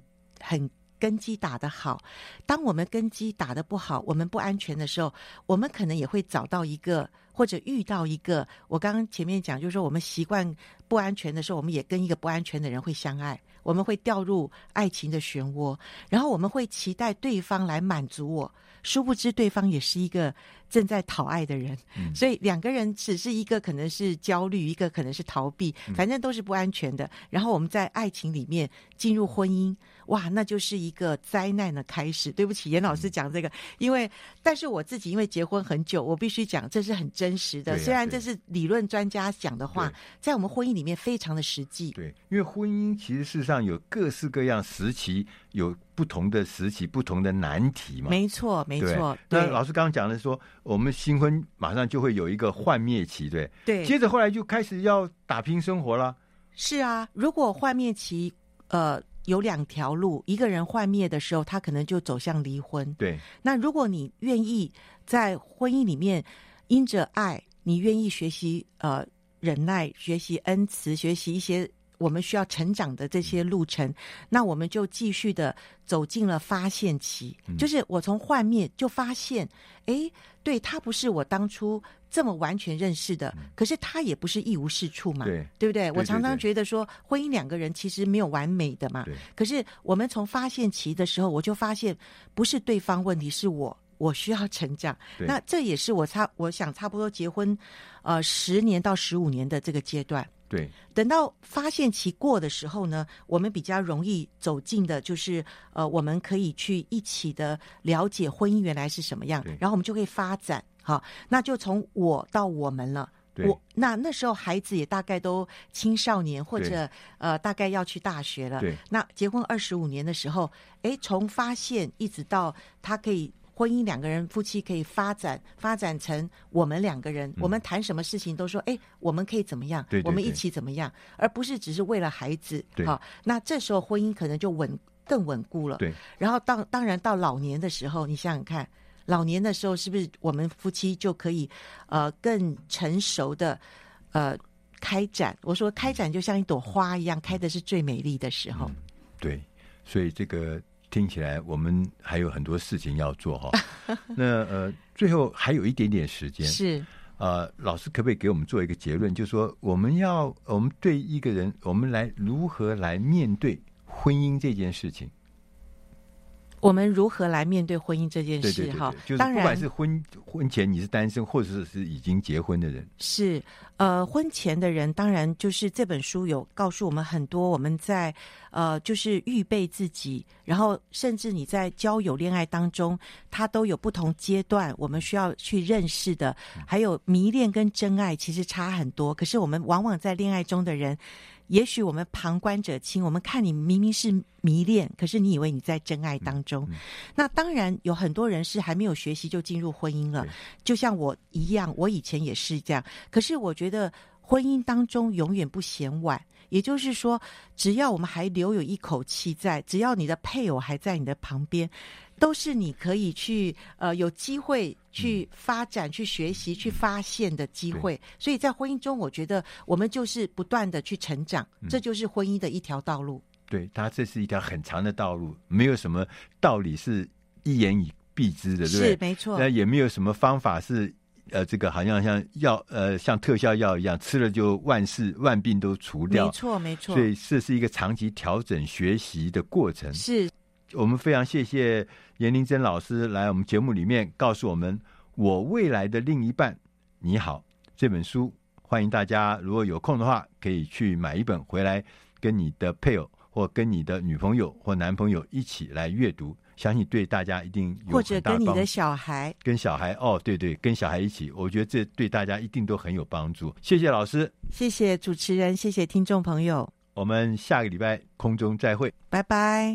很根基打得好，当我们根基打得不好，我们不安全的时候，我们可能也会找到一个或者遇到一个，我刚刚前面讲就是说我们习惯不安全的时候，我们也跟一个不安全的人会相爱，我们会掉入爱情的漩涡，然后我们会期待对方来满足我，殊不知对方也是一个正在讨爱的人、嗯、所以两个人只是一个可能是焦虑，一个可能是逃避，反正都是不安全的、嗯、然后我们在爱情里面进入婚姻，哇，那就是一个灾难的开始。对不起严老师讲这个、嗯、因为但是我自己因为结婚很久，我必须讲这是很真实的、啊、虽然这是理论专家讲的话，在我们婚姻里面非常的实际。 对，因为婚姻其实事实上有各式各样时期，有不同的时期不同的难题嘛。 没错没错。 那老师刚刚讲的说我们新婚马上就会有一个幻灭期，对对， 接着后来就开始要打拼生活了。 是啊，如果幻灭期呃有两条路，一个人幻灭的时候他可能就走向离婚。 对， 那如果你愿意在婚姻里面因着爱，你愿意学习呃忍耐，学习恩慈，学习一些我们需要成长的这些路程、嗯、那我们就继续的走进了发现期、嗯、就是我从幻灭就发现，诶，对，他不是我当初这么完全认识的、嗯、可是他也不是一无是处嘛， 对, 对不对? 对对对，我常常觉得说婚姻两个人其实没有完美的嘛，可是我们从发现期的时候，我就发现不是对方问题，是我我需要成长。那这也是我差我想差不多结婚呃十年到十五年的这个阶段。 对， 等到发现期过的时候呢，我们比较容易走进的就是呃我们可以去一起的了解婚姻原来是什么样，然后我们就可以发展。好，那就从我到我们了。我那那时候孩子也大概都青少年或者呃大概要去大学了。 对， 那结婚二十五年的时候，哎，从发现一直到他可以婚姻两个人夫妻可以发展发展成我们两个人、嗯、我们谈什么事情都说哎我们可以怎么样， 对对对， 我们一起怎么样，而不是只是为了孩子。 对， 好，那这时候婚姻可能就稳更稳固了。 对， 然后当当然到老年的时候，你想想看老年的时候是不是我们夫妻就可以呃更成熟的呃开展，我说开展就像一朵花一样，开的是最美丽的时候、嗯、 对，所以这个听起来我们还有很多事情要做哈。那呃最后还有一点点时间， 是呃老师可不可以给我们做一个结论，就是说我们要我们对一个人我们来如何来面对婚姻这件事情， 我们如何来面对婚姻这件事？哈， 就是不管是婚婚前你是单身，或者是已经结婚的人， 是呃婚前的人，当然就是这本书有告诉我们很多，我们在呃就是预备自己，然后甚至你在交友恋爱当中，它都有不同阶段我们需要去认识的，还有迷恋跟真爱其实差很多，可是我们往往在恋爱中的人，也许我们旁观者清，我们看你明明是迷恋，可是你以为你在真爱当中、嗯嗯、那当然有很多人是还没有学习就进入婚姻了，就像我一样，我以前也是这样，可是我觉得婚姻当中永远不嫌晚，也就是说只要我们还留有一口气在，只要你的配偶还在你的旁边，都是你可以去呃有机会去发展、嗯、去学习、去发现的机会。所以在婚姻中我觉得我们就是不断的去成长、嗯、这就是婚姻的一条道路。 对，它这是一条很长的道路，没有什么道理是一言以蔽之的，对不对？ 是没错。 那也没有什么方法是呃这个好像像药呃像特效药一样吃了就万事万病都除掉， 没错没错。 所以这是一个长期调整学习的过程。 是， 我们非常谢谢严玲珍老师来我们节目里面告诉我们我未来的另一半你好这本书，欢迎大家如果有空的话可以去买一本回来跟你的配偶或跟你的女朋友或男朋友一起来阅读，相信对大家一定有很大的帮助。 或者跟你的小孩跟小孩哦对对跟小孩一起，我觉得这对大家一定都很有帮助。谢谢老师， 谢谢主持人，谢谢听众朋友， 我们下个礼拜空中再会， 拜拜。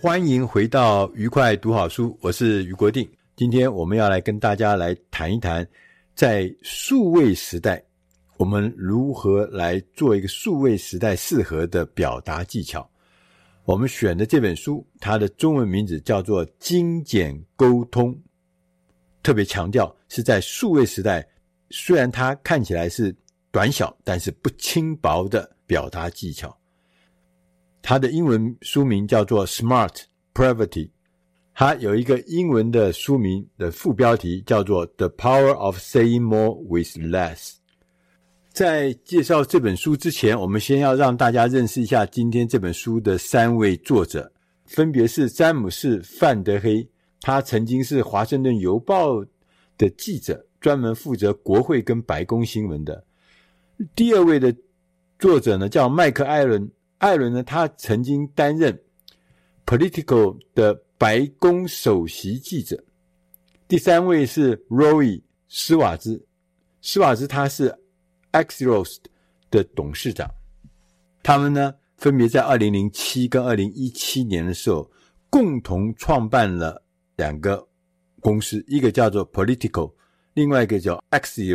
欢迎回到愉快读好书，我是余国定。今天我们要来跟大家来谈一谈，在数位时代，我们如何来做一个数位时代适合的表达技巧。我们选的这本书，它的中文名字叫做《精简沟通》，特别强调是在数位时代，虽然它看起来是短小，但是不轻薄的表达技巧。它的英文书名叫做 Smart Brevity， 它有一个英文的书名的副标题叫做 The Power of Saying More with Less。 在介绍这本书之前，我们先要让大家认识一下今天这本书的三位作者，分别是詹姆士·范德黑，他曾经是华盛顿邮报的记者，专门负责国会跟白宫新闻的。第二位的作者呢叫麦克艾伦，艾伦呢他曾经担任 Politico 的白宫首席记者。第三位是 Roy 施瓦兹，施瓦兹他是 Axios 的董事长。他们呢分别在二零零七跟二零一七年的时候共同创办了两个公司，一个叫做 Politico， 另外一个叫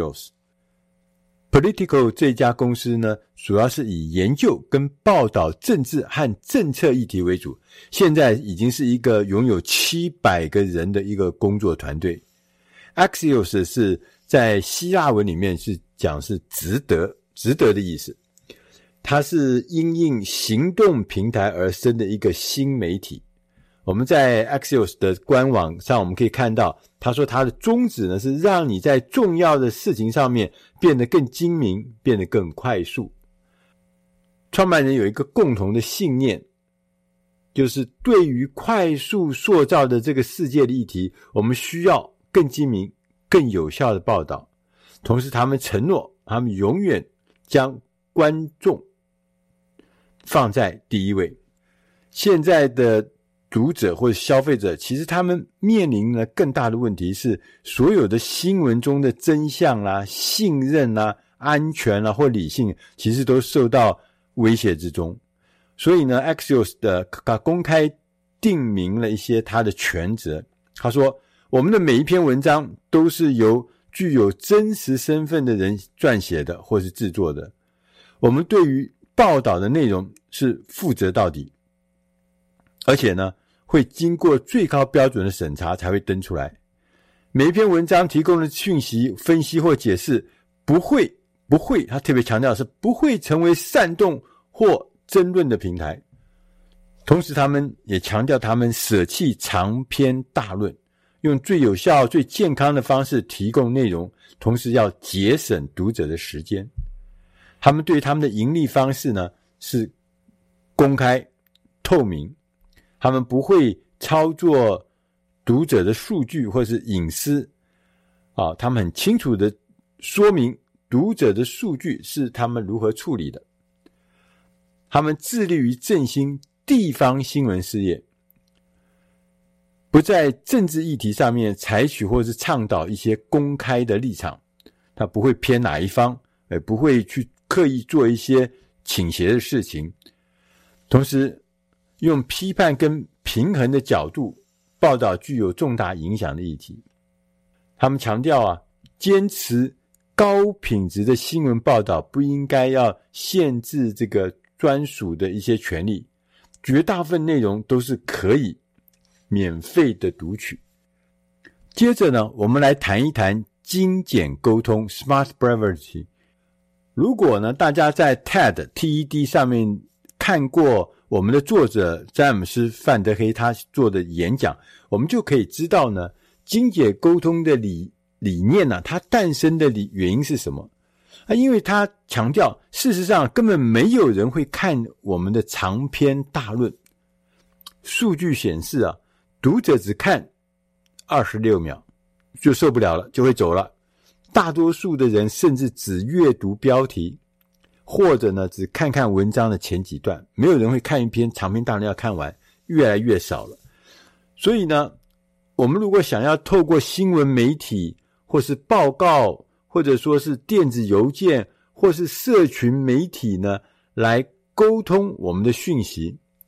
Axios。Politico 这家公司呢，主要是以研究跟报道政治和政策议题为主，现在已经是一个拥有七百个人的一个工作团队。Axios 是在希腊文里面是讲是值得，值得的意思。它是因应行动平台而生的一个新媒体。我们在 Axios 的官网上我们可以看到，他说他的宗旨呢是让你在重要的事情上面变得更精明，变得更快速。创办人有一个共同的信念，就是对于快速塑造的这个世界的议题，我们需要更精明、更有效的报道。同时他们承诺，他们永远将观众放在第一位。现在的读者或者消费者，其实他们面临了更大的问题是，所有的新闻中的真相啦、信任啦、安全啦或理性，其实都受到威胁之中。所以呢 Axios 的公开定明了一些他的权责。他说，我们的每一篇文章都是由具有真实身份的人撰写的或是制作的，我们对于报道的内容是负责到底，而且呢会经过最高标准的审查才会登出来。每一篇文章提供的讯息、分析或解释不会不会他特别强调的是不会成为煽动或争论的平台。同时他们也强调他们舍弃长篇大论，用最有效最健康的方式提供内容，同时要节省读者的时间。他们对他们的盈利方式呢是公开透明，他们不会操作读者的数据或是隐私啊，他们很清楚的说明读者的数据是他们如何处理的。他们致力于振兴地方新闻事业，不在政治议题上面采取或是倡导一些公开的立场，他不会偏哪一方，也不会去刻意做一些倾斜的事情，同时用批判跟平衡的角度报道具有重大影响的议题。他们强调啊，坚持高品质的新闻报道不应该要限制这个专属的一些权利，绝大部分内容都是可以免费的读取。接着呢，我们来谈一谈精简沟通 Smart Brevity。 如果呢大家在 TED T E D 上面看过我们的作者詹姆斯·范德黑他做的演讲，我们就可以知道呢，精简沟通的理理念呢、啊，它诞生的理原因是什么？啊，因为他强调，事实上根本没有人会看我们的长篇大论。数据显示啊，读者只看二十六秒就受不了了，就会走了。大多数的人甚至只阅读标题，或者呢只看看文章的前几段，没有人会看一篇长篇大论要看完，越来越少了。所以呢，我们如果想要透过新闻媒体或是报告，或者说是电子邮件或是社群媒体呢来沟通我们的讯息，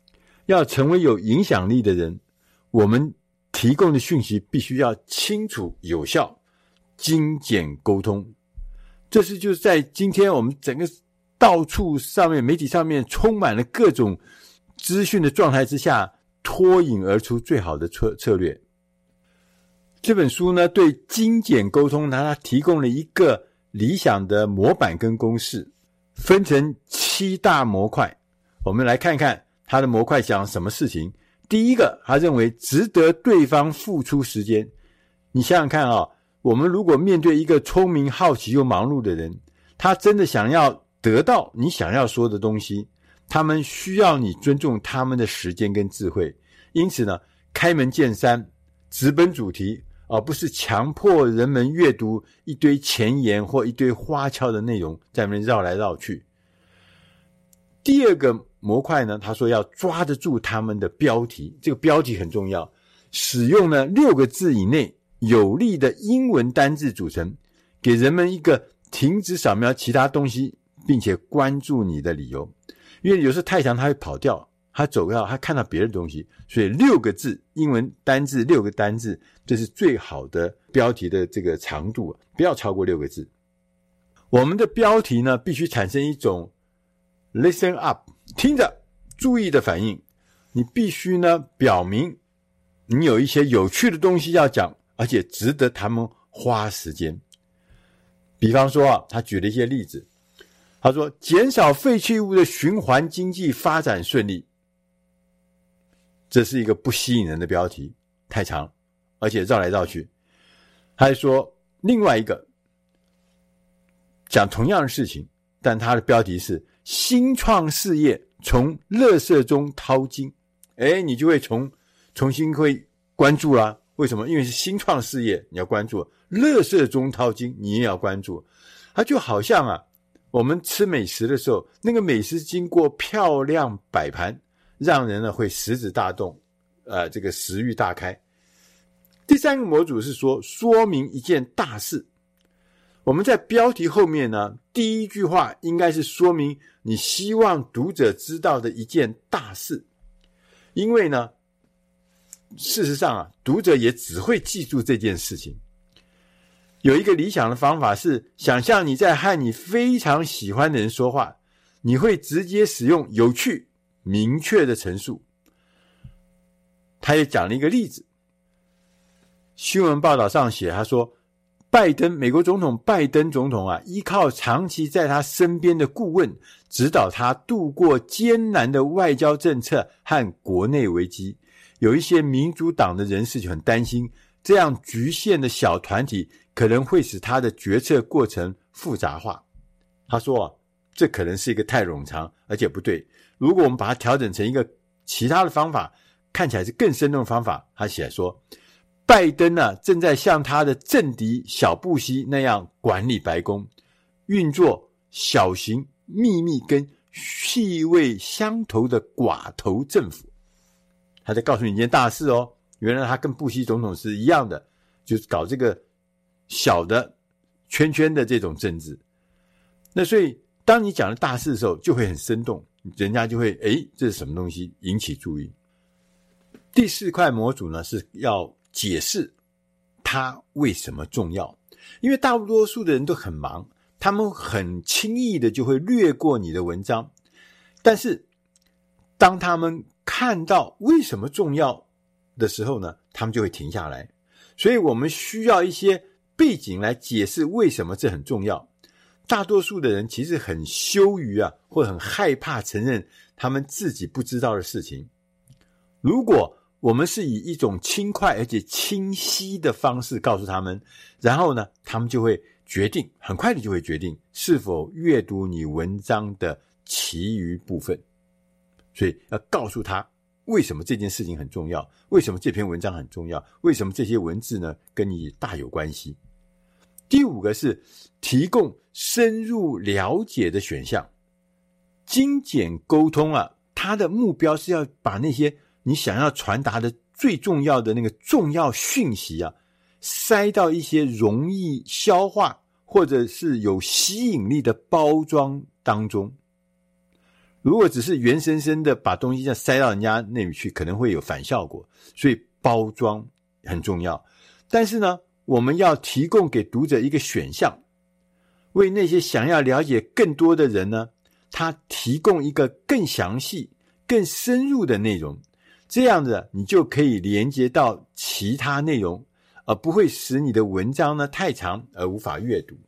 要成为有影响力的人，我们提供的讯息必须要清楚有效，精简沟通。这是就是在今天我们整个到处上面媒体上面充满了各种资讯的状态之下，脱颖而出最好的策策略。这本书呢，对精简沟通呢，它提供了一个理想的模板跟公式，分成七大模块。我们来看看它的模块讲什么事情。第一个，他认为值得对方付出时间。你想想看啊、哦，我们如果面对一个聪明、好奇又忙碌的人，他真的想要得到你想要说的东西，他们需要你尊重他们的时间跟智慧。因此呢，开门见山，直奔主题，而不是强迫人们阅读一堆前言或一堆花俏的内容，在那边绕来绕去。第二个模块呢，他说要抓得住他们的标题，这个标题很重要，使用呢六个字以内有力的英文单字组成，给人们一个停止扫描其他东西并且关注你的理由。因为有时候太长他会跑掉，他走掉他看到别的东西，所以六个字英文单字六个单字，这是最好的标题的这个长度，不要超过六个字。我们的标题呢必须产生一种 listen up 听着注意的反应，你必须呢表明你有一些有趣的东西要讲，而且值得他们花时间。比方说啊，他举了一些例子，他说减少废弃物的循环经济发展顺利，这是一个不吸引人的标题，太长而且绕来绕去。还说另外一个讲同样的事情，但他的标题是新创事业从垃圾中淘金，诶你就会从重新会关注啦。为什么？因为是新创事业，你要关注，垃圾中淘金你也要关注。它就好像啊，我们吃美食的时候，那个美食经过漂亮摆盘，让人呢会食指大动，呃，这个食欲大开。第三个模组是说说明一件大事。我们在标题后面呢，第一句话应该是说明你希望读者知道的一件大事。因为呢，事实上啊，读者也只会记住这件事情。有一个理想的方法是，想象你在和你非常喜欢的人说话，你会直接使用有趣、明确的陈述。他也讲了一个例子，新闻报道上写，他说拜登，美国总统拜登总统啊，依靠长期在他身边的顾问，指导他度过艰难的外交政策和国内危机。有一些民主党的人士就很担心，这样局限的小团体可能会使他的决策过程复杂化。他说啊，这可能是一个太冗长，而且不对。如果我们把它调整成一个其他的方法，看起来是更生动的方法。他写说，拜登啊，正在像他的政敌小布希那样管理白宫，运作小型、秘密跟气味相投的寡头政府。他在告诉你一件大事哦，原来他跟布希总统是一样的，就是搞这个小的圈圈的这种政治。那所以当你讲的大事的时候，就会很生动，人家就会诶，这是什么东西，引起注意。第四块模组呢，是要解释它为什么重要。因为大多数的人都很忙，他们很轻易的就会略过你的文章，但是当他们看到为什么重要的时候呢，他们就会停下来。所以我们需要一些背景来解释为什么这很重要。大多数的人其实很羞于啊，或很害怕承认他们自己不知道的事情。如果我们是以一种轻快而且清晰的方式告诉他们，然后呢，他们就会决定，很快的就会决定是否阅读你文章的其余部分。所以要告诉他为什么这件事情很重要，为什么这篇文章很重要，为什么这些文字呢跟你大有关系。第五个是提供深入了解的选项。精简沟通啊，它的目标是要把那些你想要传达的最重要的那个重要讯息啊，塞到一些容易消化或者是有吸引力的包装当中。 如果只是原生生的把东西这样塞到人家那里去，可能会有反效果，所以包装很重要。但是呢，我们要提供给读者一个选项，为那些想要了解更多的人呢，他提供一个更详细、更深入的内容，这样子你就可以连接到其他内容，而不会使你的文章呢太长而无法阅读。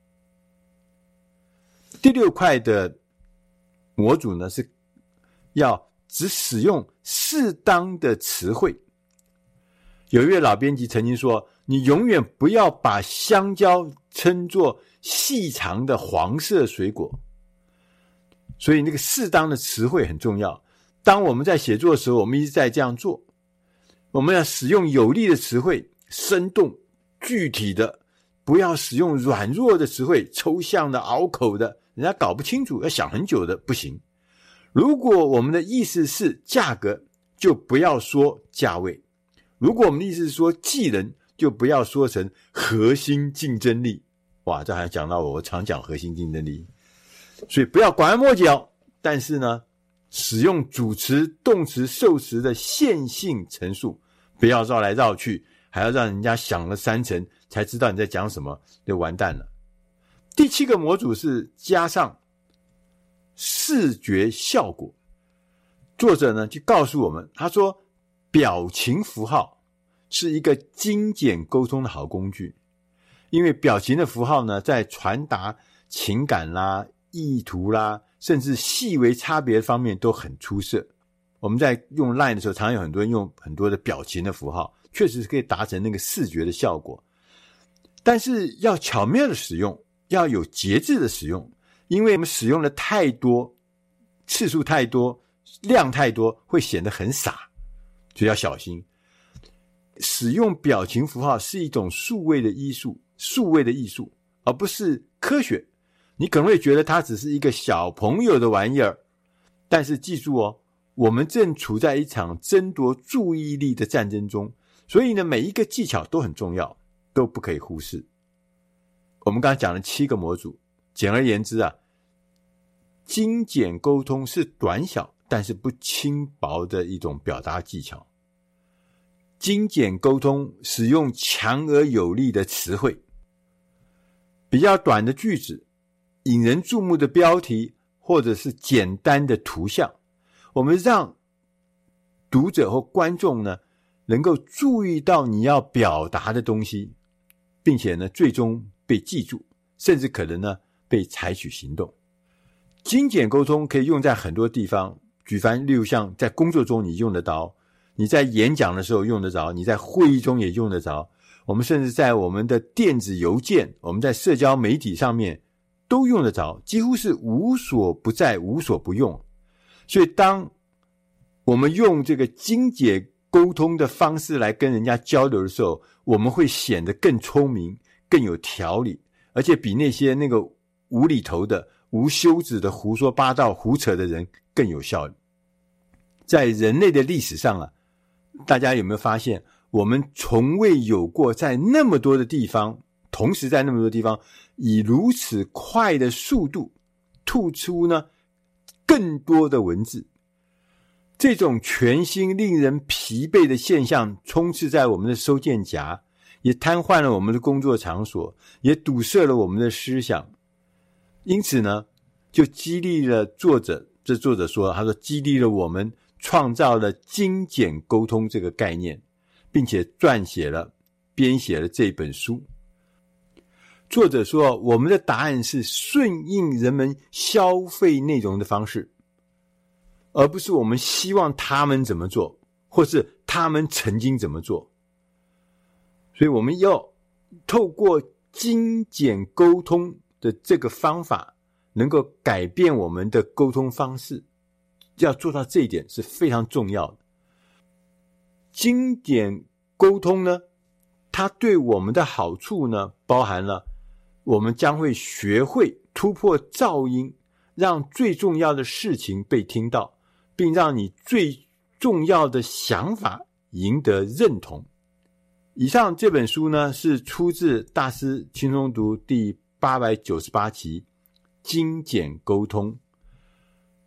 第六块的模组呢，是要只使用适当的词汇。有一位老编辑曾经说，你永远不要把香蕉称作细长的黄色水果。所以那个适当的词汇很重要。当我们在写作的时候，我们一直在这样做，我们要使用有力的词汇，生动具体的，不要使用软弱的词汇，抽象的拗口的，人家搞不清楚，要想很久的不行。如果我们的意思是价格，就不要说价位；如果我们的意思是说技能，就不要说成核心竞争力。哇，这还讲到我，我常讲核心竞争力，所以不要拐弯抹角，但是呢，使用主词、动词、受词的线性陈述，不要绕来绕去，还要让人家想了三层才知道你在讲什么，就完蛋了。第七个模组是加上视觉效果。作者呢就告诉我们，他说表情符号是一个精简沟通的好工具，因为表情的符号呢，在传达情感啦、意图啦，甚至细微差别方面都很出色。我们在用 LINE 的时候，常常有很多人用很多的表情的符号，确实是可以达成那个视觉的效果。但是要巧妙的使用，要有节制的使用，因为我们使用的太多，次数太多，量太多，会显得很傻，所以要小心。使用表情符号是一种数位的艺术，数位的艺术，而不是科学。你可能会觉得它只是一个小朋友的玩意儿，但是记住哦，我们正处在一场争夺注意力的战争中，所以呢，每一个技巧都很重要，都不可以忽视。我们刚才讲了七个模组，简而言之啊，精简沟通是短小但是不轻薄的一种表达技巧。精简沟通使用强而有力的词汇，比较短的句子，引人注目的标题，或者是简单的图像，我们让读者或观众呢能够注意到你要表达的东西，并且呢最终被记住，甚至可能呢被采取行动。精简沟通可以用在很多地方，举凡例如像在工作中你用得着，你在演讲的时候用得着，你在会议中也用得着，我们甚至在我们的电子邮件，我们在社交媒体上面都用得着，几乎是无所不在，无所不用。所以当我们用这个精简沟通的方式来跟人家交流的时候，我们会显得更聪明，更有条理，而且比那些那个无厘头的、无休止的胡说八道、胡扯的人更有效率。在人类的历史上啊，大家有没有发现，我们从未有过在那么多的地方，同时在那么多地方，以如此快的速度吐出呢更多的文字。这种全新令人疲惫的现象充斥在我们的收件夹，也瘫痪了我们的工作场所，也堵塞了我们的思想。因此呢，就激励了作者，这作者说，他说激励了我们创造了精简沟通这个概念，并且撰写了编写了这本书。作者说，我们的答案是顺应人们消费内容的方式，而不是我们希望他们怎么做，或是他们曾经怎么做。所以我们要透过精简沟通的这个方法，能够改变我们的沟通方式。要做到这一点是非常重要的。精简沟通呢，它对我们的好处呢，包含了我们将会学会突破噪音，让最重要的事情被听到，并让你最重要的想法赢得认同。以上这本书呢，是出自大师轻松读第八百九十八期精简沟通。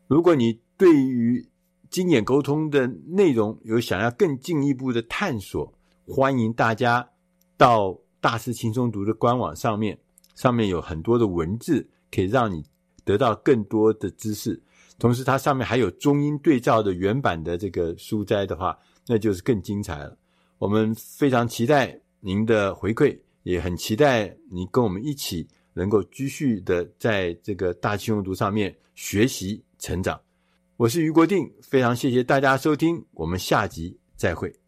如果你对于经典沟通的内容有想要更进一步的探索，欢迎大家到大师轻松读的官网上面，上面有很多的文字可以让你得到更多的知识，同时它上面还有中英对照的原版的这个书斋的话，那就是更精彩了。我们非常期待您的回馈，也很期待你跟我们一起能够继续的在这个大轻松读上面学习成长。我是余国定，非常谢谢大家收听，我们下集再会。